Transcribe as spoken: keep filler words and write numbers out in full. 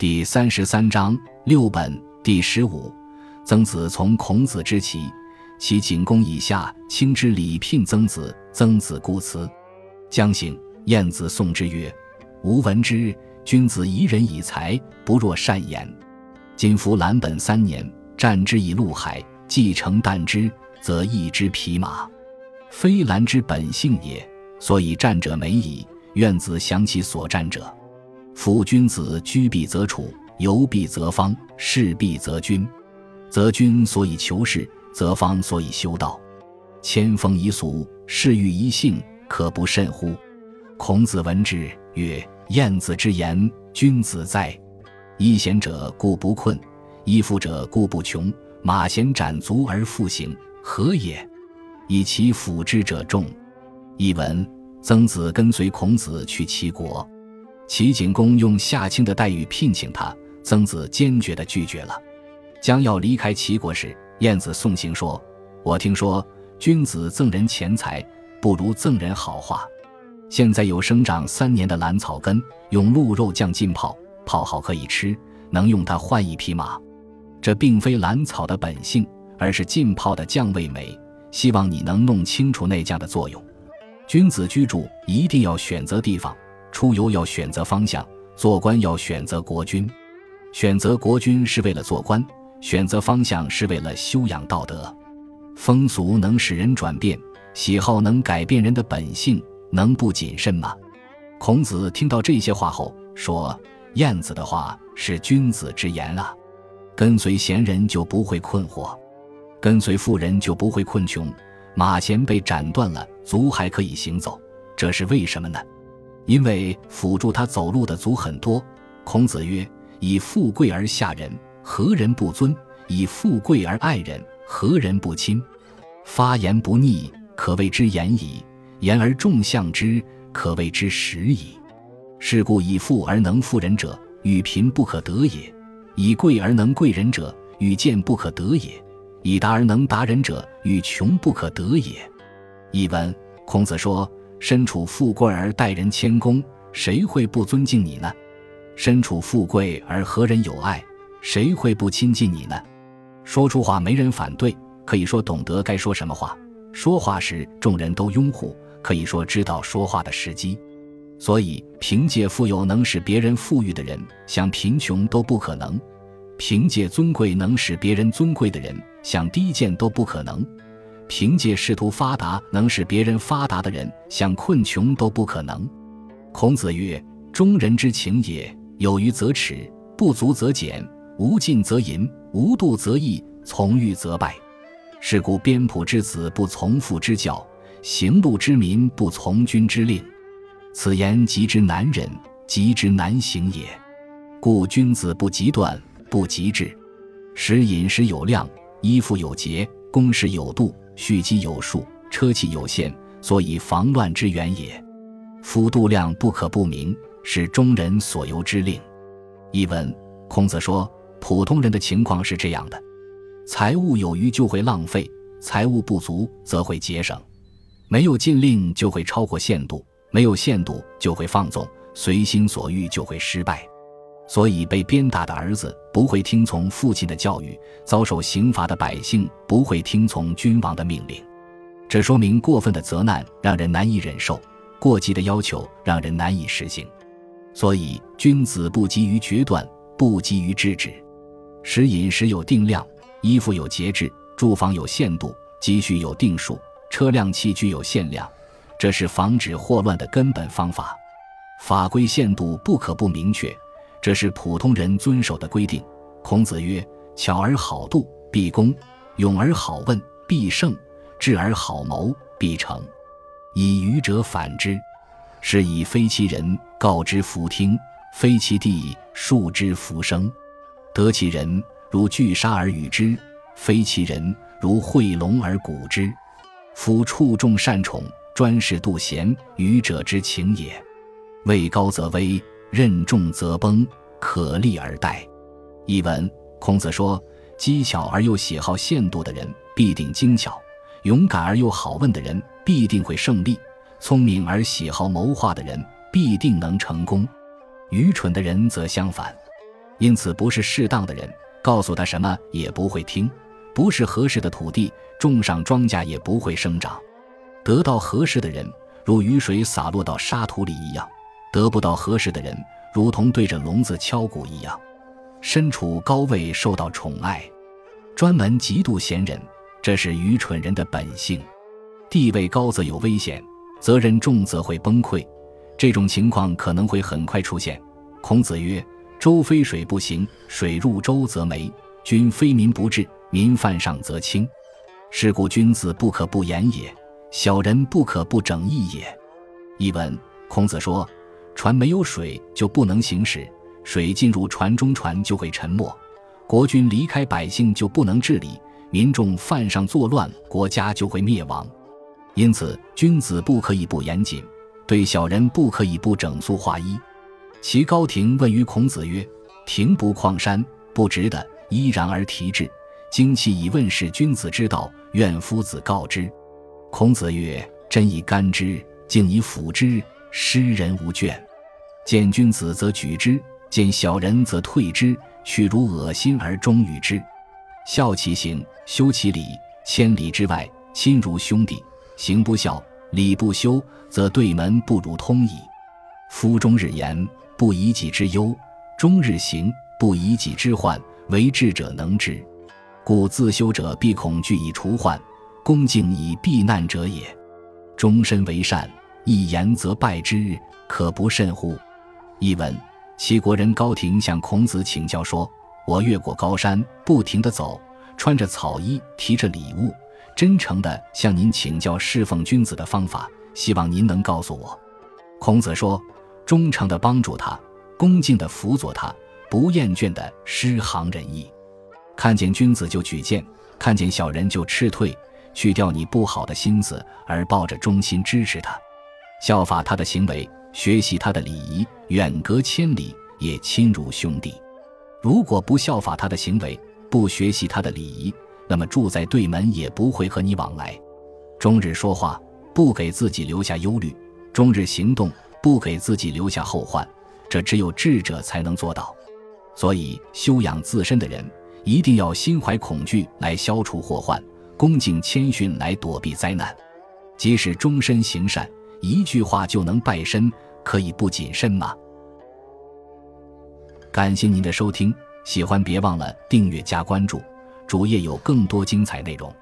第三十三章六本第十五。曾子从孔子之齐，其景公以下卿之礼聘曾子，曾子固辞。将省，晏子宋之曰：吾闻之，君子宜人以才，不若善言。今夫兰本三年，战之以陆海，既成弹之，则易之匹马，非兰之本性也，所以战者美矣。愿子详其所战者。夫君子居避则处，游避则方，事避则君。则君所以求是，则方所以修道。千峰一俗，事欲一性，可不慎乎？孔子闻之曰：晏子之言，君子在。衣贤者故不困，衣富者故不穷。马贤斩足而复行，何也？以其辅之者众。译文：曾子跟随孔子去齐国，齐景公用下卿的待遇聘请他，曾子坚决地拒绝了。将要离开齐国时，晏子送行说：我听说君子赠人钱财，不如赠人好话。现在有生长三年的兰草根，用鹿肉酱浸泡，泡好可以吃，能用它换一匹马。这并非兰草的本性，而是浸泡的酱味美，希望你能弄清楚那酱的作用。君子居住一定要选择地方，出游要选择方向，做官要选择国君。选择国君是为了做官，选择方向是为了修养道德。风俗能使人转变，喜好能改变人的本性，能不谨慎吗？孔子听到这些话后说：晏子的话是君子之言啊，跟随贤人就不会困惑，跟随富人就不会困穷。马贤被斩断了，足还可以行走，这是为什么呢？因为辅助他走路的足很多。孔子曰：以富贵而下人，何人不尊？以富贵而爱人，何人不亲？发言不逆，可谓之言矣；言而众相之，可谓之实矣。是故以富而能富人者，与贫不可得也；以贵而能贵人者，与贱不可得也；以达而能达人者，与穷不可得也。译文：孔子说，身处富贵而待人谦恭，谁会不尊敬你呢？身处富贵而和人友爱，谁会不亲近你呢？说出话没人反对，可以说懂得该说什么话；说话时众人都拥护，可以说知道说话的时机。所以凭借富有能使别人富裕的人，想贫穷都不可能；凭借尊贵能使别人尊贵的人，想低贱都不可能；凭借仕途发达能使别人发达的人，想困穷都不可能。孔子曰：中人之情也，有余则耻，不足则减，无尽则淫，无度则逸，从欲则败。是故边仆之子不从父之教，行路之民不从君之令。此言极之难忍，极之难行也。故君子不极断，不极致，使饮食有量，衣服有节，公事有度，蓄积有数，车器有限，所以防乱之源也。夫度量不可不明，是中人所由之令。译文：孔子说，普通人的情况是这样的：财物有余就会浪费，财物不足则会节省，没有禁令就会超过限度，没有限度就会放纵，随心所欲就会失败。所以被鞭打的儿子不会听从父亲的教育，遭受刑罚的百姓不会听从君王的命令。这说明过分的责难让人难以忍受，过激的要求让人难以实行。所以君子不急于决断，不急于制止，使饮食有定量，衣服有节制，住房有限度，积蓄有定数，车辆器具有限量，这是防止祸乱的根本方法。法规限度不可不明确，这是普通人遵守的规定。孔子曰：巧而好度，必恭；勇而好问，必胜；智而好谋，必成。以愚者反之，是以非其人，告之弗听；非其地，树之弗生。得其人，如聚沙而与之；非其人，如荟龙而鼓之。夫处众善宠，专事度贤，愚者之情也。位高则危，任重则崩，可立而待。译文：孔子说，机巧而又喜好限度的人必定精巧，勇敢而又好问的人必定会胜利，聪明而喜好谋划的人必定能成功，愚蠢的人则相反。 因此不是适当的人，告诉他什么也不会听；不是合适的土地，种上庄稼也不会生长。得到合适的人，如雨水洒落到沙土里一样；得不到合适的人，如同对着聋子敲鼓一样。身处高位受到宠爱，专门嫉妒贤人，这是愚蠢人的本性。地位高则有危险，责任重则会崩溃，这种情况可能会很快出现。孔子曰：周非水不行，水入周则没；君非民不治，民犯上则轻。是故君子不可不言也，小人不可不整义也。译文：孔子说，船没有水就不能行驶，水进入船中，船就会沉没；国君离开百姓就不能治理，民众犯上作乱，国家就会灭亡。因此君子不可以不严谨，对小人不可以不整肃划一。齐高亭问于孔子曰：亭不旷山，不直的，依然而题之。今弃以问是君子之道，愿夫子告之。孔子曰：真以干之，静以辅之，诗人无倦。见君子则举之，见小人则退之，去如恶心而忠于之。孝其行，修其礼，千里之外，亲如兄弟。行不孝，礼不修，则对门不如通矣。夫终日言，不以己之忧；终日行，不以己之患。为智者能之。故自修者必恐惧以除患，恭敬以避难者也。终身为善，一言则败之，可不慎乎？译文：齐国人高亭向孔子请教说，我越过高山，不停地走，穿着草衣，提着礼物，真诚地向您请教侍奉君子的方法，希望您能告诉我。孔子说，忠诚地帮助他，恭敬地辅佐他，不厌倦地施行仁义。看见君子就举荐，看见小人就斥退，去掉你不好的心思，而抱着忠心支持他，效法他的行为，学习他的礼仪，远隔千里，也亲如兄弟。如果不效法他的行为，不学习他的礼仪，那么住在对门也不会和你往来。终日说话，不给自己留下忧虑；终日行动，不给自己留下后患，这只有智者才能做到。所以修养自身的人，一定要心怀恐惧来消除祸患，恭敬谦逊来躲避灾难。即使终身行善，一句话就能败身，可以不谨慎吗？感谢您的收听，喜欢别忘了订阅加关注，主页有更多精彩内容。